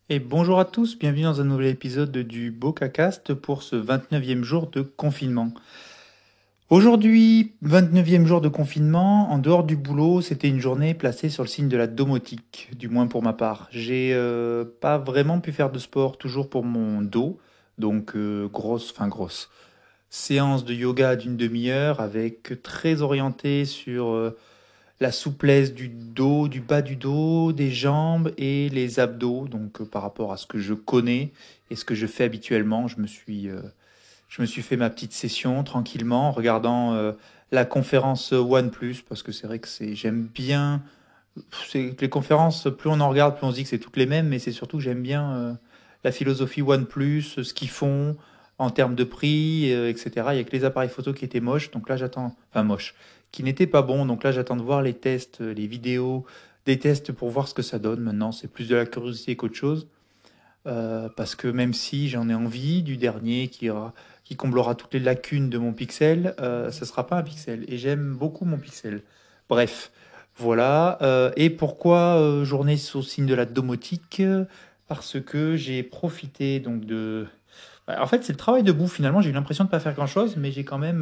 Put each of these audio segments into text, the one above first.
Et bonjour à tous, bienvenue dans un nouvel épisode du BocaCast pour ce 29e jour de confinement. Aujourd'hui, 29e jour de confinement, en dehors du boulot, c'était une journée placée sur le signe de la domotique, du moins pour ma part. J'ai pas vraiment pu faire de sport, toujours pour mon dos, donc grosse séance de yoga d'une demi-heure avec très orienté sur la souplesse du dos, du bas du dos, des jambes et les abdos. Donc par rapport à ce que je connais et ce que je fais habituellement, je me suis fait ma petite session tranquillement en regardant la conférence OnePlus parce que c'est vrai que j'aime bien. C'est que les conférences, plus on en regarde, plus on se dit que c'est toutes les mêmes, mais c'est surtout que j'aime bien la philosophie OnePlus, ce qu'ils font en termes de prix, etc. Il y a que les appareils photo qui étaient moches, donc là j'attends, enfin moches, qui n'étaient pas bons, donc là j'attends de voir les tests, les vidéos, des tests pour voir ce que ça donne. Maintenant, c'est plus de la curiosité qu'autre chose, parce que même si j'en ai envie du dernier qui comblera toutes les lacunes de mon Pixel, ce sera pas un Pixel, et j'aime beaucoup mon Pixel. Bref, voilà. Et pourquoi journée sous signe de la domotique? Parce que j'ai profité donc de... En fait, c'est le travail debout finalement. J'ai eu l'impression de ne pas faire grand-chose, mais j'ai quand même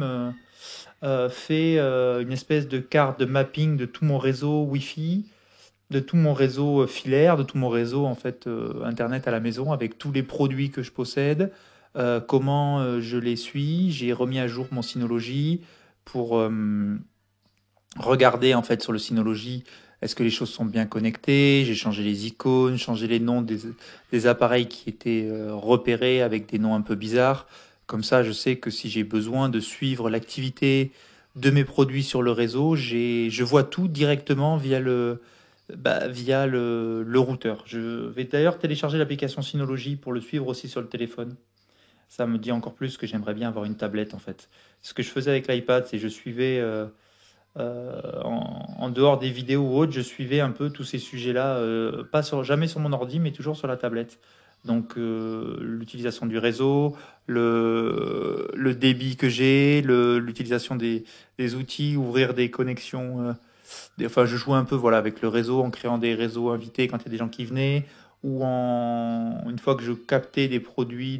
fait une espèce de carte de mapping de tout mon réseau Wi-Fi, de tout mon réseau filaire, de tout mon réseau en fait internet à la maison, avec tous les produits que je possède, comment je les suis. J'ai remis à jour mon Synology pour regarder en fait sur le Synology est-ce que les choses sont bien connectées. J'ai changé les icônes, changé les noms des appareils qui étaient repérés avec des noms un peu bizarres. Comme ça, je sais que si j'ai besoin de suivre l'activité de mes produits sur le réseau, je vois tout directement via le routeur. Je vais d'ailleurs télécharger l'application Synology pour le suivre aussi sur le téléphone. Ça me dit encore plus que j'aimerais bien avoir une tablette en fait. Ce que je faisais avec l'iPad, c'est que je suivais en dehors des vidéos ou autres, je suivais un peu tous ces sujets-là, pas sur, jamais sur mon ordi, mais toujours sur la tablette. Donc l'utilisation du réseau, le débit que j'ai, l'utilisation des outils, ouvrir des connexions. Enfin, je jouais un peu voilà, avec le réseau en créant des réseaux invités quand il y a des gens qui venaient, ou une fois que je captais des produits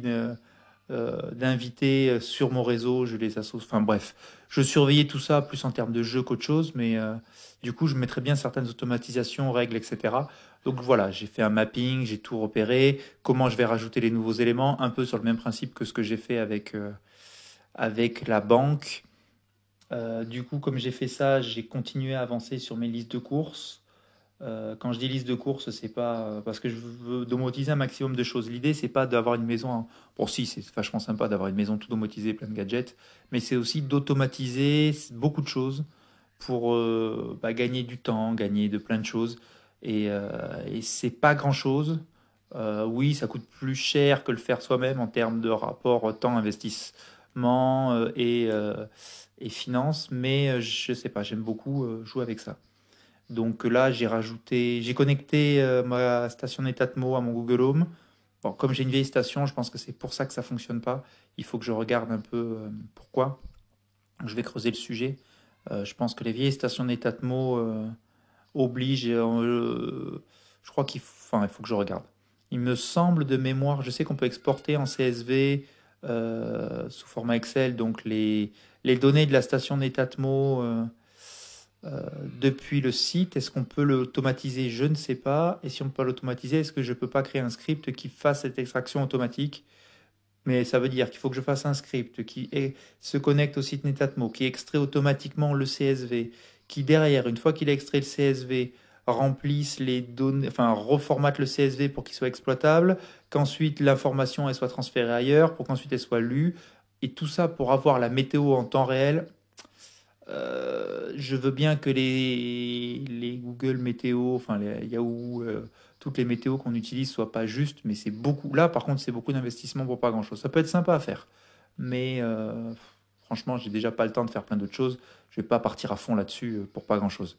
d'invités sur mon réseau, je les associe. Enfin bref, je surveillais tout ça plus en termes de jeu qu'autre chose, mais du coup, je mettrais bien certaines automatisations, règles, etc. Donc voilà, j'ai fait un mapping, j'ai tout repéré, comment je vais rajouter les nouveaux éléments, un peu sur le même principe que ce que j'ai fait avec la banque. Du coup, comme j'ai fait ça, j'ai continué à avancer sur mes listes de courses. Quand je dis liste de courses, c'est pas parce que je veux domotiser un maximum de choses. L'idée, c'est pas d'avoir une maison. Bon, si, c'est vachement sympa d'avoir une maison tout domotisée, plein de gadgets, mais c'est aussi d'automatiser beaucoup de choses pour gagner du temps, gagner de plein de choses. Et c'est pas grand-chose. Oui, ça coûte plus cher que le faire soi-même en termes de rapport temps-investissement et finances, mais je sais pas, j'aime beaucoup jouer avec ça. Donc là, j'ai connecté ma station Netatmo à mon Google Home. Bon, comme j'ai une vieille station, je pense que c'est pour ça que ça fonctionne pas. Il faut que je regarde un peu pourquoi. Je vais creuser le sujet. Je pense que les vieilles stations Netatmo obligent. Je crois enfin, il faut que je regarde. Il me semble de mémoire, je sais qu'on peut exporter en CSV sous format Excel, donc les données de la station Netatmo. Depuis le site. Est-ce qu'on peut l'automatiser? Je ne sais pas. Et si on peut l'automatiser, est-ce que je ne peux pas créer un script qui fasse cette extraction automatique? Mais ça veut dire qu'il faut que je fasse un script se connecte au site Netatmo, qui extrait automatiquement le CSV, qui derrière, une fois qu'il a extrait le CSV, remplisse les données, enfin reformate le CSV pour qu'il soit exploitable, qu'ensuite l'information elle soit transférée ailleurs, pour qu'ensuite elle soit lue, et tout ça pour avoir la météo en temps réel. Je veux bien que les Google Météo, enfin les Yahoo, toutes les météos qu'on utilise soient pas justes, mais c'est beaucoup. Là, par contre, c'est beaucoup d'investissement pour pas grand-chose. Ça peut être sympa à faire, mais franchement, j'ai déjà pas le temps de faire plein d'autres choses. Je vais pas partir à fond là-dessus pour pas grand-chose.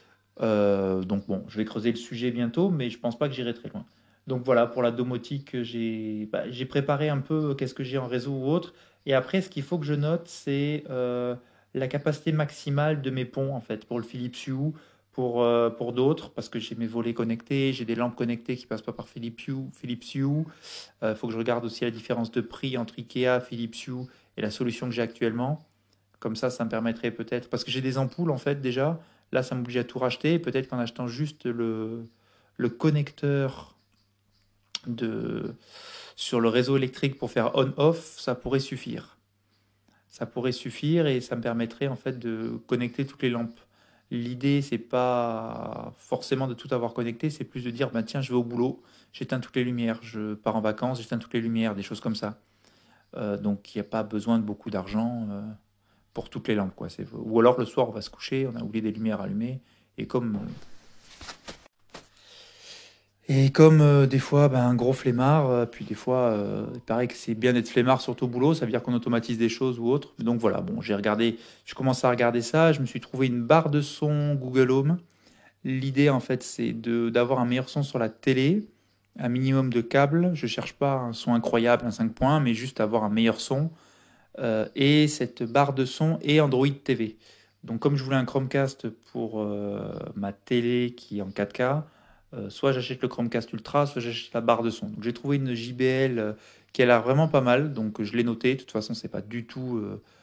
Donc bon, je vais creuser le sujet bientôt, mais je pense pas que j'irai très loin. Donc voilà, pour la domotique, j'ai préparé un peu qu'est-ce que j'ai en réseau ou autre. Et après, ce qu'il faut que je note, c'est la capacité maximale de mes ponts, en fait, pour le Philips Hue, pour d'autres, parce que j'ai mes volets connectés, j'ai des lampes connectées qui passent pas par Philips Hue. Il faut que je regarde aussi la différence de prix entre Ikea, Philips Hue et la solution que j'ai actuellement. Comme ça me permettrait peut-être, parce que j'ai des ampoules en fait déjà, là ça m'oblige à tout racheter, peut-être qu'en achetant juste le connecteur de, sur le réseau électrique pour faire on-off, ça pourrait suffire. Ça pourrait suffire et ça me permettrait en fait de connecter toutes les lampes. L'idée, c'est pas forcément de tout avoir connecté, c'est plus de dire, bah, tiens, je vais au boulot, j'éteins toutes les lumières, je pars en vacances, j'éteins toutes les lumières, des choses comme ça. Donc il n'y a pas besoin de beaucoup d'argent pour toutes les lampes, quoi. Ou alors le soir, on va se coucher, on a oublié des lumières allumées, et comme des fois, ben, un gros flemmard, puis des fois, il paraît que c'est bien d'être flemmard, surtout au boulot, ça veut dire qu'on automatise des choses ou autre. Donc voilà, bon, je commence à regarder ça, je me suis trouvé une barre de son Google Home. L'idée, en fait, c'est d'avoir un meilleur son sur la télé, un minimum de câbles. Je cherche pas un son incroyable, un 5 points, mais juste avoir un meilleur son. Et cette barre de son et Android TV. Donc comme je voulais un Chromecast pour ma télé qui est en 4K, soit j'achète le Chromecast Ultra, soit j'achète la barre de son. Donc j'ai trouvé une JBL qui a l'air vraiment pas mal, donc je l'ai noté. De toute façon, c'est pas du tout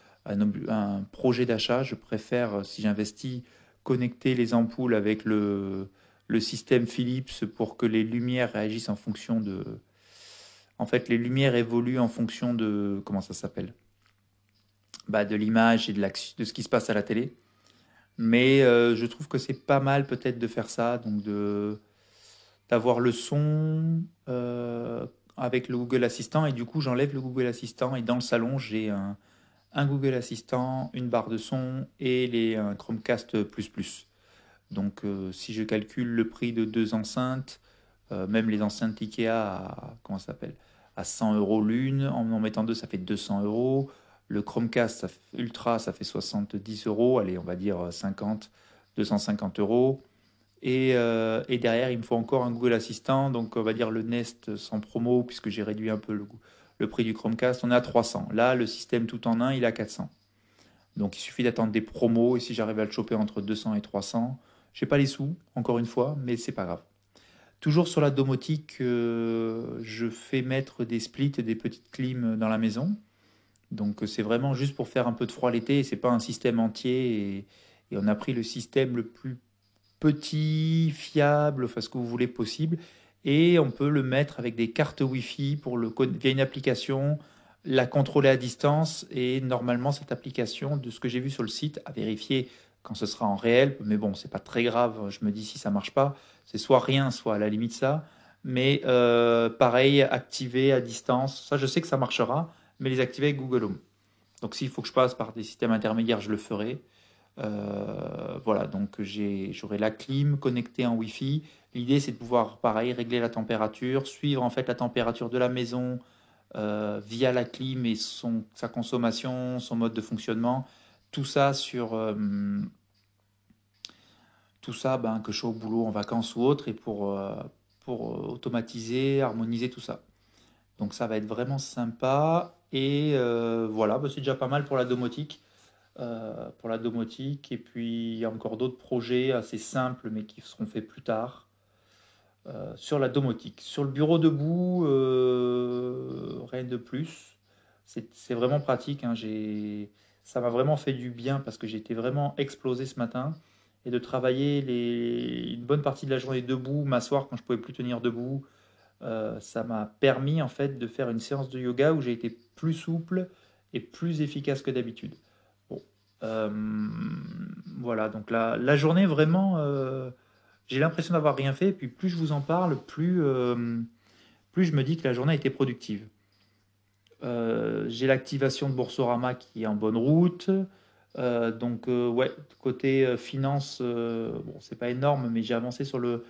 un projet d'achat. Je préfère, si j'investis, connecter les ampoules avec le système Philips pour que les lumières réagissent en fonction de... En fait, les lumières évoluent en fonction de... Comment ça s'appelle? Bah, de l'image et de ce qui se passe à la télé. Mais je trouve que c'est pas mal peut-être de faire ça, donc d'avoir le son avec le Google Assistant. Et du coup, j'enlève le Google Assistant et dans le salon, j'ai un Google Assistant, une barre de son et un Chromecast plus. Donc si je calcule le prix de deux enceintes, même les enceintes Ikea comment ça s'appelle, à 100 euros l'une, en mettant deux, ça fait 200 euros. Le Chromecast Ultra, ça fait 70 euros. Allez, on va dire 50, 250 euros. Et derrière, il me faut encore un Google Assistant. Donc, on va dire le Nest sans promo, puisque j'ai réduit un peu le prix du Chromecast. On est à 300. Là, le système tout en un, il est à 400. Donc, il suffit d'attendre des promos. Et si j'arrive à le choper entre 200 et 300, j'ai pas les sous, encore une fois, mais c'est pas grave. Toujours sur la domotique, je fais mettre des splits et des petites clims dans la maison. Donc c'est vraiment juste pour faire un peu de froid l'été. C'est pas un système entier. Et on a pris le système le plus petit, fiable, enfin ce que vous voulez possible. Et on peut le mettre avec des cartes Wi-Fi via une application, la contrôler à distance. Et normalement, cette application, de ce que j'ai vu sur le site, à vérifier quand ce sera en réel. Mais bon, c'est pas très grave. Je me dis si ça marche pas, c'est soit rien, soit à la limite ça. Mais pareil, activer à distance. Ça, je sais que ça marchera, mais les activer avec Google Home. Donc s'il faut que je passe par des systèmes intermédiaires, je le ferai. Voilà, donc j'aurai la clim connectée en Wi-Fi. L'idée, c'est de pouvoir, pareil, régler la température, suivre en fait la température de la maison via la clim et sa consommation, son mode de fonctionnement. Tout ça tout ça, ben, que je sois au boulot, en vacances ou autre, et pour automatiser, harmoniser tout ça. Donc ça va être vraiment sympa. Et voilà, bah, c'est déjà pas mal pour la domotique. Et puis il y a encore d'autres projets assez simples, mais qui seront faits plus tard sur la domotique. Sur le bureau debout, rien de plus. C'est vraiment pratique, hein. Ça m'a vraiment fait du bien parce que j'étais vraiment explosé ce matin. Et de travailler une bonne partie de la journée debout, m'asseoir quand je pouvais plus tenir debout, ça m'a permis en fait de faire une séance de yoga où j'ai été plus souple et plus efficace que d'habitude. Bon, euh, voilà, donc la journée vraiment, j'ai l'impression d'avoir rien fait, et puis plus je vous en parle, plus je me dis que la journée a été productive. J'ai l'activation de Boursorama qui est en bonne route. Donc ouais, côté finance, bon, c'est pas énorme, mais j'ai avancé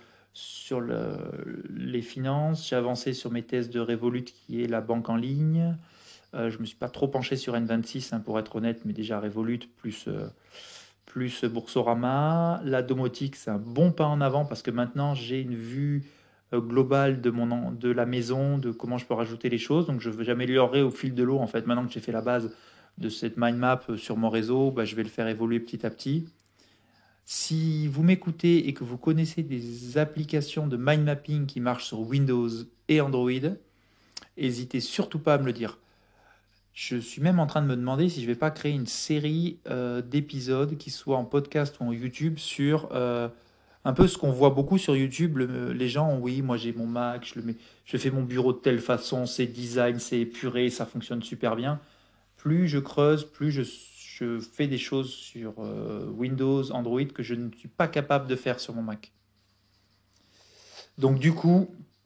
les finances, j'ai avancé sur mes tests de Revolut qui est la banque en ligne. Je me suis pas trop penché sur N26 hein, pour être honnête, mais déjà Revolut plus Boursorama. La domotique, c'est un bon pas en avant parce que maintenant j'ai une vue globale de la maison, de comment je peux rajouter les choses. Donc j'améliorerai au fil de l'eau. En fait, maintenant que j'ai fait la base de cette mind map sur mon réseau, bah, je vais le faire évoluer petit à petit. Si vous m'écoutez et que vous connaissez des applications de mind mapping qui marchent sur Windows et Android, n'hésitez surtout pas à me le dire. Je suis même en train de me demander si je ne vais pas créer une série d'épisodes qui soient en podcast ou en YouTube sur un peu ce qu'on voit beaucoup sur YouTube. Les gens, oui, moi j'ai mon Mac, je fais mon bureau de telle façon, c'est design, c'est épuré, ça fonctionne super bien. Plus je creuse, plus je fais des choses sur Windows, Android que je ne suis pas capable de faire sur mon Mac. Donc du coup,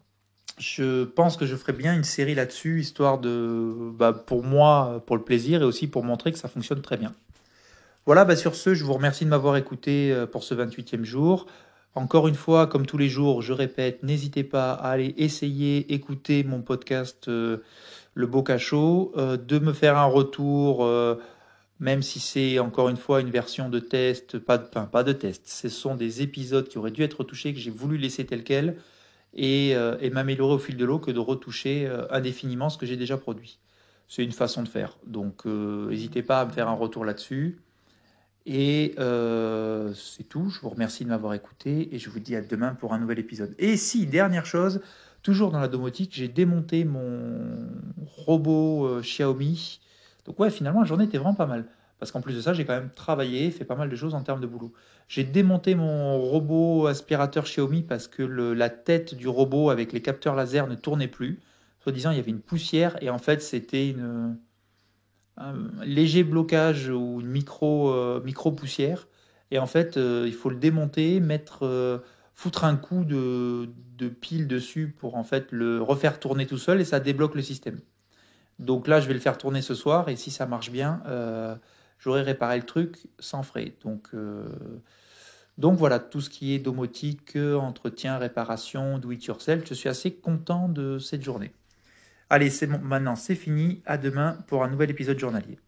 je pense que je ferai bien une série là-dessus, histoire de, pour moi, pour le plaisir et aussi pour montrer que ça fonctionne très bien. Voilà, sur ce, je vous remercie de m'avoir écouté pour ce 28e jour. Encore une fois, comme tous les jours, je répète, n'hésitez pas à aller essayer, écouter mon podcast Le Beau Cachot, de me faire un retour, même si c'est encore une fois une version de test, pas de test, ce sont des épisodes qui auraient dû être retouchés, que j'ai voulu laisser tel quel et m'améliorer au fil de l'eau que de retoucher indéfiniment ce que j'ai déjà produit. C'est une façon de faire. Donc n'hésitez pas à me faire un retour là-dessus. Et c'est tout. Je vous remercie de m'avoir écouté et je vous dis à demain pour un nouvel épisode. Et si, dernière chose, toujours dans la domotique, j'ai démonté mon robot Xiaomi. Donc ouais, finalement, la journée était vraiment pas mal. Parce qu'en plus de ça, j'ai quand même travaillé, fait pas mal de choses en termes de boulot. J'ai démonté mon robot aspirateur Xiaomi parce que la tête du robot avec les capteurs laser ne tournait plus. Soi-disant, il y avait une poussière et en fait, c'était un léger blocage ou une micro poussière. Et en fait, il faut le démonter, foutre un coup de pile dessus pour en fait le refaire tourner tout seul et ça débloque le système. Donc là, je vais le faire tourner ce soir et si ça marche bien, j'aurai réparé le truc sans frais. Donc voilà, tout ce qui est domotique, entretien, réparation, do it yourself, je suis assez content de cette journée. Allez, c'est bon, maintenant c'est fini. À demain pour un nouvel épisode journalier.